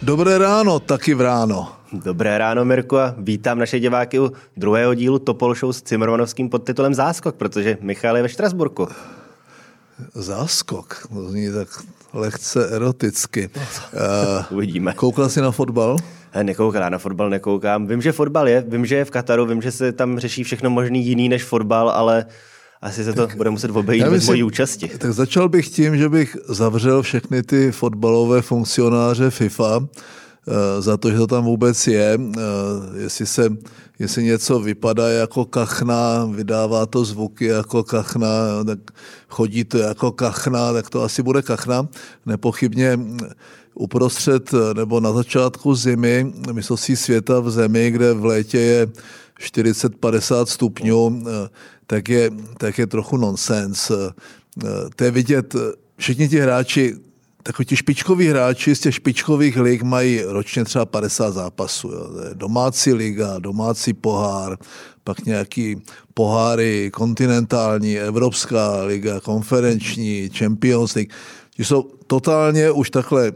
Dobré ráno, taky v ráno. Dobré ráno, Mirko, a vítám naše diváky u druhého dílu Topol Show s Cimrmanovským podtitulem Záskok, protože Michal je ve Štrasburku. Záskok? To zní tak lehce eroticky. Uvidíme. Koukal jsi na fotbal? Nekoukám, na fotbal nekoukám. Vím, že fotbal je, vím, že je v Kataru, vím, že se tam řeší všechno možný jiný než fotbal, ale asi se to bude muset obejít bez mojí účasti. Tak začal bych tím, že bych zavřel všechny ty fotbalové funkcionáře FIFA za to, že to tam vůbec je. Jestli něco vypadá jako kachna, vydává to zvuky jako kachna, tak chodí to jako kachna, tak to asi bude kachna. Nepochybně uprostřed nebo na začátku zimy, mistrovství světa v zemi, kde v létě je 40-50 stupňů, tak je trochu nonsens. To je vidět, všichni ti hráči, takoví ti špičkoví hráči z těch špičkových lig mají ročně třeba 50 zápasů. Jo. Domácí liga, domácí pohár, pak nějaký poháry kontinentální, Evropská liga, konferenční, Champions League. Ti jsou totálně už takhle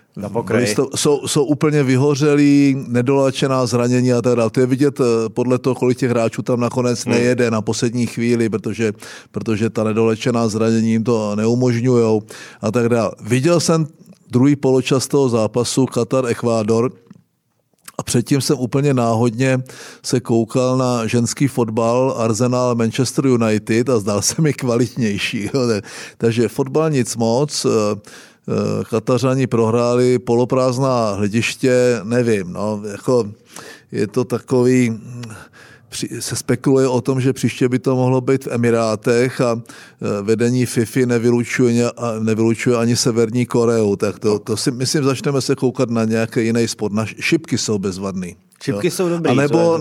jsou úplně vyhořelí, nedolačená zranění a tak dále. To je vidět podle toho, kolik těch hráčů tam nakonec nejede na poslední chvíli, protože ta nedolečená zranění jim to neumožňujou a tak dále. Viděl jsem druhý poločas toho zápasu Katar-Ekvádor a předtím jsem úplně náhodně se koukal na ženský fotbal Arsenal Manchester United a zdal se mi kvalitnější. Takže fotbal nic moc. Katařani prohráli, poloprázdná hlediště, nevím, no, jako je to takový, se spekuluje o tom, že příště by to mohlo být v Emirátech a vedení FIFA nevylučuje ani Severní Koreu, tak to si myslím, začneme se koukat na nějaký jiný sport. Šipky jsou bezvadný. Šipky jsou dobrý, nebo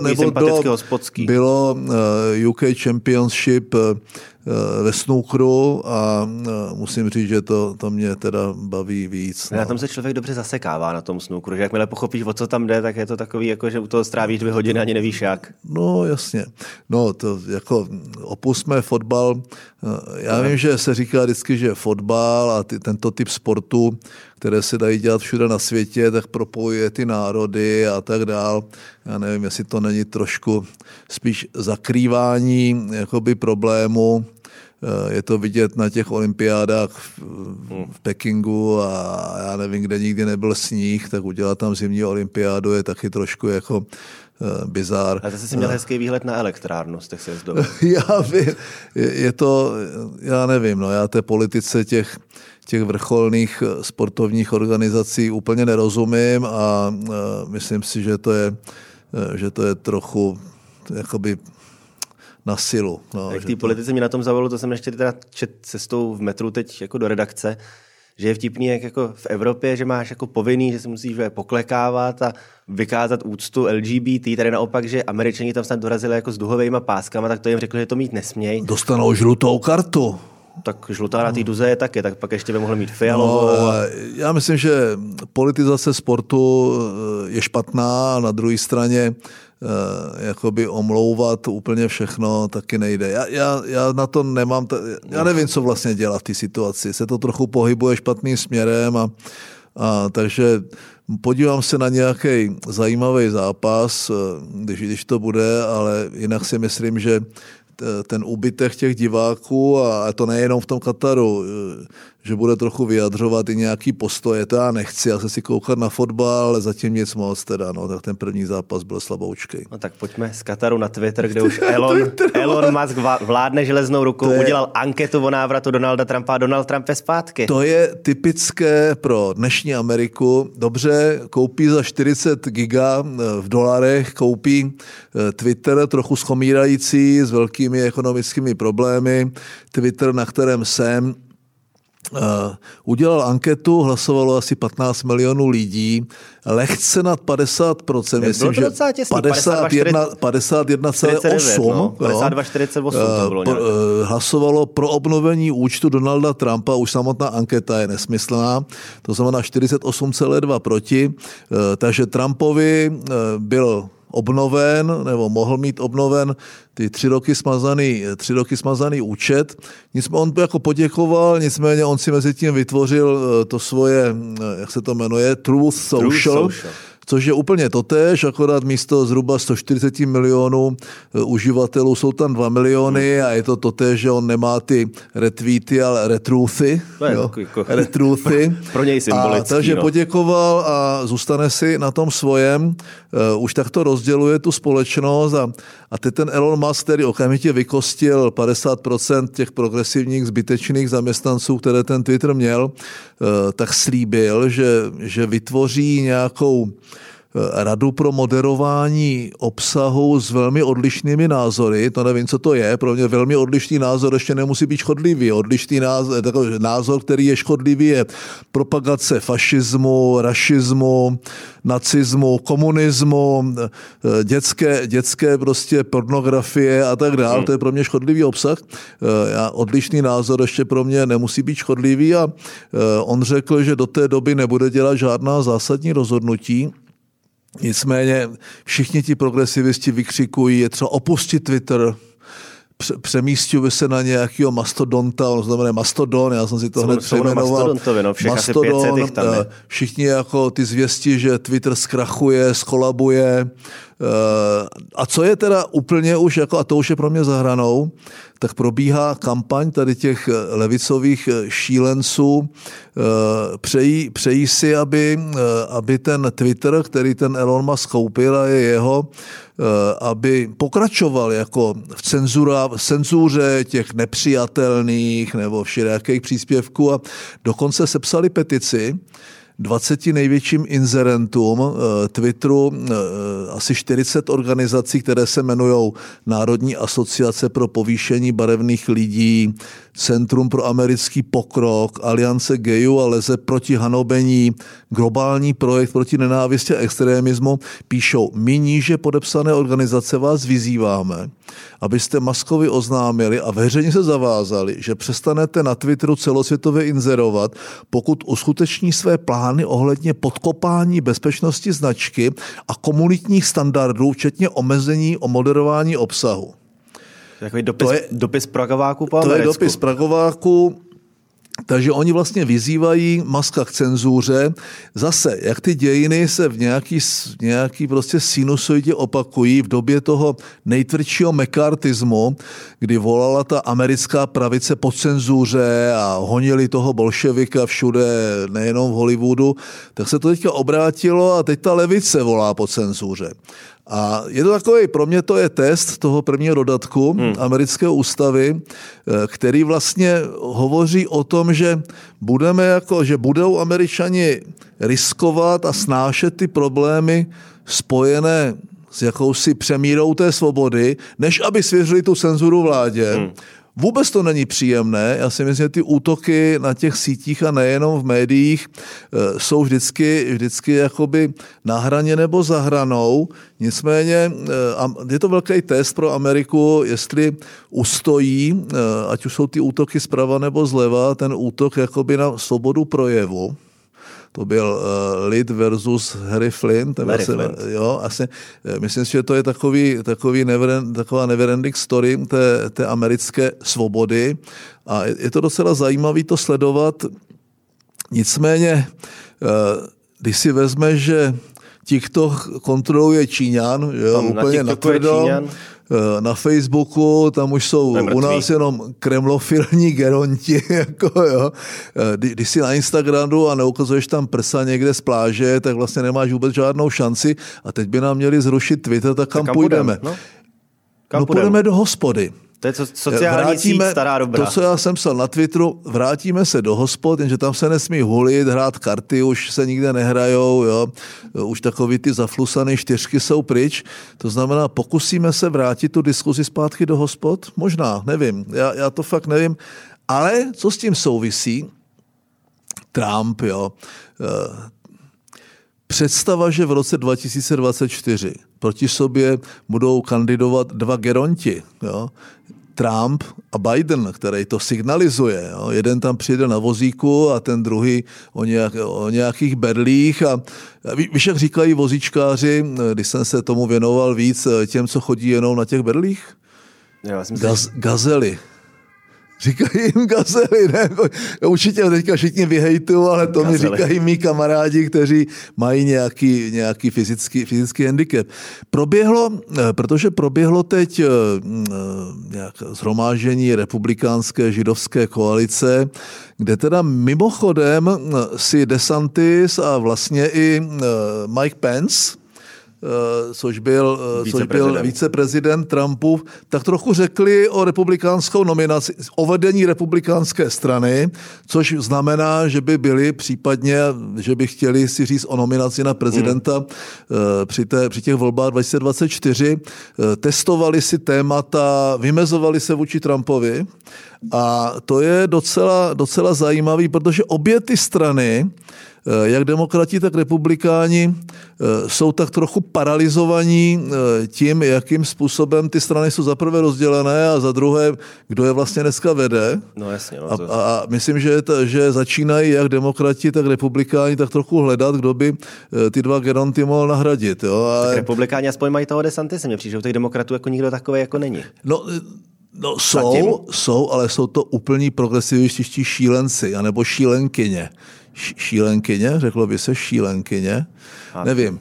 bylo UK Championship ve snookeru a musím říct, že to mě teda baví víc. No. Na tom se člověk dobře zasekává na tom snookeru, že jakmile pochopíš, o co tam jde, tak je to takový, jako, že u toho strávíš 2 hodiny, ani nevíš jak. No jasně. No to jako opustme fotbal. Já vím, že se říká vždycky, že fotbal a tento typ sportu, které se dají dělat všude na světě, tak propojuje ty národy a tak dál. Já nevím, jestli to není trošku spíš zakrývání jakoby problému. Je to vidět na těch olympiádách v Pekingu a já nevím, kde nikdy nebyl sníh, tak udělat tam zimní olympiádu je taky trošku jako bizár. A zase jsi měl hezký výhled na elektrárnu, z těch sjezdů. Já vím, je to, já nevím, no, já té politice těch vrcholných sportovních organizací úplně nerozumím a myslím si, že to je trochu jakoby na silu. No, tak té politice mě na tom zavolalo, to jsem ještě teda čet cestou v metru teď jako do redakce, že je vtipný, jak jako v Evropě, že máš jako povinný, že si musíš poklekávat a vykázat úctu LGBT, tady naopak, že Američani tam snad dorazili jako s duhovejma páskama, tak to jim řekli, že to mít nesmějí. Dostanou žlutou kartu. Tak žlutá na té duze je taky, tak pak ještě by mohl mít fialovou. No, já myslím, že politizace sportu je špatná a na druhé straně jakoby omlouvat úplně všechno taky nejde. Já na to nemám, já nevím, co vlastně dělat v té situaci. Se to trochu pohybuje špatným směrem a takže podívám se na nějaký zajímavý zápas, když to bude, ale jinak si myslím, že ten úbytek těch diváků, a to nejenom v tom Kataru, že bude trochu vyjadřovat i nějaký postoje, to já nechci, já se si koukat na fotbal, ale zatím nic moc teda, no, tak ten první zápas byl slaboučkej. No tak pojďme z Kataru na Twitter, kde už Elon Musk vládne železnou rukou, udělal anketu o návratu Donalda Trumpa a Donald Trump je zpátky. To je typické pro dnešní Ameriku. Dobře, koupí za 40 giga v dolarech, koupí Twitter, trochu schomírající, s velkými ekonomickými problémy. Twitter, na kterém jsem, udělal anketu, hlasovalo asi 15 milionů lidí, lehce nad 50%, myslím, že 51,8 52,48 to bylo nějak. Hlasovalo pro obnovení účtu Donalda Trumpa, už samotná anketa je nesmyslná, to znamená 48,2 proti, takže Trumpovi byl obnoven, nebo mohl mít obnoven ty 3 roky smazaný účet. Nicméně on jako poděkoval, nicméně on si mezi tím vytvořil to svoje, jak se to jmenuje, Truth Social. Což je úplně totéž, akorát místo zhruba 140 milionů uživatelů jsou tam 2 miliony a je to totéž, že on nemá ty retweety, ale retruthy. Retruthy. Pro něj symbolický. Takže poděkoval a zůstane si na tom svojem. Už tak to rozděluje tu společnost a teď ten Elon Musk, který okamžitě vykostil 50% těch progresivních zbytečných zaměstnanců, které ten Twitter měl, tak slíbil, že vytvoří nějakou radu pro moderování obsahu s velmi odlišnými názory. To nevím, co to je. Pro mě velmi odlišný názor ještě nemusí být škodlivý. Odlišný názor, který je škodlivý, je propagace fašismu, rašismu, nacismu, komunismu, dětské prostě pornografie a tak dále. To je pro mě škodlivý obsah. Odlišný názor ještě pro mě nemusí být škodlivý a on řekl, že do té doby nebude dělat žádná zásadní rozhodnutí. Nicméně všichni ti progresivisti vykřikují, je třeba opustit Twitter, přemísťuje se na nějakého mastodonta, on znamená mastodon, já jsem si to hned přejmenoval. Mastodon, všichni jako ty zvěsti, že Twitter zkrachuje, skolabuje. A co je teda úplně už, jako, a to už je pro mě za hranou, tak probíhá kampaň tady těch levicových šílenců. Přejí si, aby ten Twitter, který ten Elon Musk koupil a je jeho, aby pokračoval jako v cenzuře těch nepřijatelných nebo všelijakých příspěvků a dokonce sepsali petici 20 největším inzerentům Twitteru, asi 40 organizací, které se jmenují Národní asociace pro povýšení barevných lidí, Centrum pro americký pokrok, Aliance gayů a leze proti hanobení, globální projekt proti nenávisti a extremismu, píšou, my níže podepsané organizace vás vyzýváme, abyste Muskovi oznámili a veřejně se zavázali, že přestanete na Twitteru celosvětově inzerovat, pokud uskuteční své plány ohledně podkopání bezpečnosti značky a komunitních standardů, včetně omezení o moderování obsahu. Takový dopis Pragováku po Americku. To je dopis Pragováku, takže oni vlastně vyzývají Muska k cenzuře. Zase, jak ty dějiny se v nějaký prostě sinusoidě opakují v době toho nejtvrdšího mekartismu, kdy volala ta americká pravice po cenzuře a honili toho bolševika všude, nejenom v Hollywoodu, tak se to teďka obrátilo a teď ta levice volá po cenzuře. A je to takový, pro mě to je test toho prvního dodatku americké ústavy, který vlastně hovoří o tom, že budou Američani riskovat a snášet ty problémy spojené s jakousi přemírou té svobody, než aby svěřili tu cenzuru vládě. Vůbec to není příjemné. Já si myslím, že ty útoky na těch sítích a nejenom v médiích jsou vždycky jakoby na hraně nebo za hranou. Nicméně je to velký test pro Ameriku, jestli ustojí, ať už jsou ty útoky zprava nebo zleva, ten útok jakoby na svobodu projevu. To byl Lid versus Harry Flynn. Jo, asi, myslím si, že to je taková neverending story té americké svobody a je to docela zajímavé to sledovat. Nicméně, když si vezme, že TikTok kontroluje Číňan, jo, úplně natvrdo, na Facebooku, tam už jsou u nás jenom kremlofilní geronti, jako jo. Když si na Instagramu a neukazuješ tam prsa někde z pláže, tak vlastně nemáš vůbec žádnou šanci a teď by nám měli zrušit Twitter, tak kam půjdeme? Půjdeme do hospody. To je sociální síť stará dobrá. To, co já jsem psal na Twitteru, vrátíme se do hospod, jenže tam se nesmí hulit, hrát karty, už se nikde nehrajou, jo. Už takový ty zaflusané 4 jsou pryč. To znamená, pokusíme se vrátit tu diskuzi zpátky do hospod? Možná, nevím. Já to fakt nevím. Ale co s tím souvisí? Trump, jo. Představa, že v roce 2024 proti sobě budou kandidovat 2 geronti, jo. Trump a Biden, který to signalizuje. Jo. Jeden tam přijde na vozíku a ten druhý o nějakých berlích. A víš, jak říkají vozíčkáři, když jsem se tomu věnoval víc, těm, co chodí jenom na těch berlích? Gazely. Říkají jim gazely, ne? Určitě teďka všichni vyhejtují, ale to mi říkají mý kamarádi, kteří mají nějaký fyzický handicap. Protože proběhlo teď nějaké shromáždění republikánské židovské koalice, kde teda mimochodem si DeSantis a vlastně i Mike Pence, což byl viceprezident Trumpův, tak trochu řekli o republikánskou nominaci, o vedení republikánské strany, což znamená, že by byli případně, že by chtěli si říct o nominaci na prezidenta při těch volbách 2024, testovali si témata, vymezovali se vůči Trumpovi a to je docela zajímavý, protože obě ty strany, jak demokrati, tak republikáni, jsou tak trochu paralizovaní tím, jakým způsobem ty strany jsou za prvé rozdělené a za druhé, kdo je vlastně dneska vede. No jasně. No to... a myslím, že začínají jak demokrati, tak republikáni tak trochu hledat, kdo by ty dva geronty mohl nahradit. Jo? Tak republikáni aspoň mají toho DeSantise, mně přijde, že u těch demokratů jako nikdo takový jako není. No jsou, ale jsou to úplní progresivističtí šílenci, anebo šílenkyně. Šílenkyně, řeklo by se šílenkyně, nevím.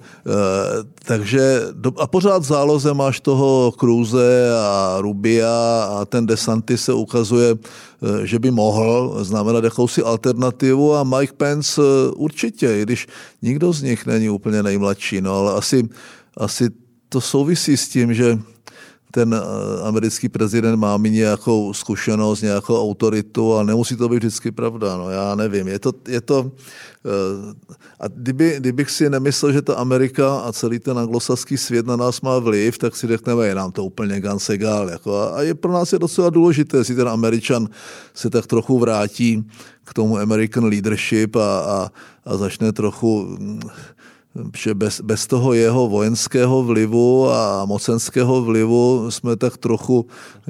Takže a pořád v záloze máš toho Cruise a Rubia a ten DeSantis se ukazuje, že by mohl znamenat jakousi alternativu a Mike Pence určitě, i když nikdo z nich není úplně nejmladší, no ale asi to souvisí s tím, že ten americký prezident má mít nějakou zkušenost, nějakou autoritu a nemusí to být vždycky pravda. No, já nevím. Je to a kdybych si nemyslel, že ta Amerika a celý ten anglosaský svět na nás má vliv, tak si řekneme, je nám to úplně ganz egal. Jako, a pro nás je docela důležité, jestli ten Američan se tak trochu vrátí k tomu American leadership a začne trochu... že bez toho jeho vojenského vlivu a mocenského vlivu jsme tak trochu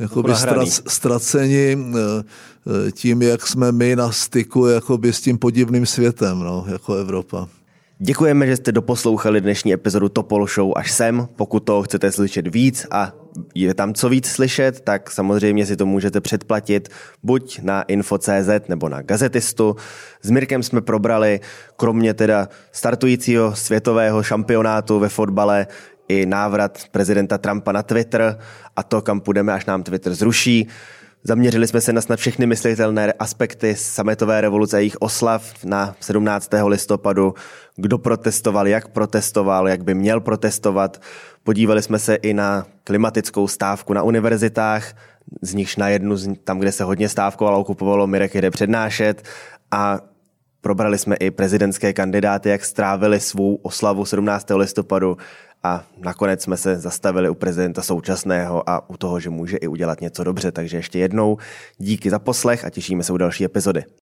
ztraceni tím, jak jsme my na styku s tím podivným světem, no, jako Evropa. Děkujeme, že jste doposlouchali dnešní epizodu Topol Show až sem. Pokud to chcete slyšet víc a je tam co víc slyšet, tak samozřejmě si to můžete předplatit buď na info.cz nebo na Gazetistu. S Mirkem jsme probrali, kromě teda startujícího světového šampionátu ve fotbale, i návrat prezidenta Trumpa na Twitter a to, kam půjdeme, až nám Twitter zruší. Zaměřili jsme se na snad všechny myslitelné aspekty sametové revoluce a jejich oslav na 17. listopadu. Kdo protestoval, jak by měl protestovat. Podívali jsme se i na klimatickou stávku na univerzitách, z nichž na jednu, tam, kde se hodně stávkovalo, okupovalo, Mirek jde přednášet a probrali jsme i prezidentské kandidáty, jak strávili svou oslavu 17. listopadu a nakonec jsme se zastavili u prezidenta současného a u toho, že může i udělat něco dobře. Takže ještě jednou díky za poslech a těšíme se u další epizody.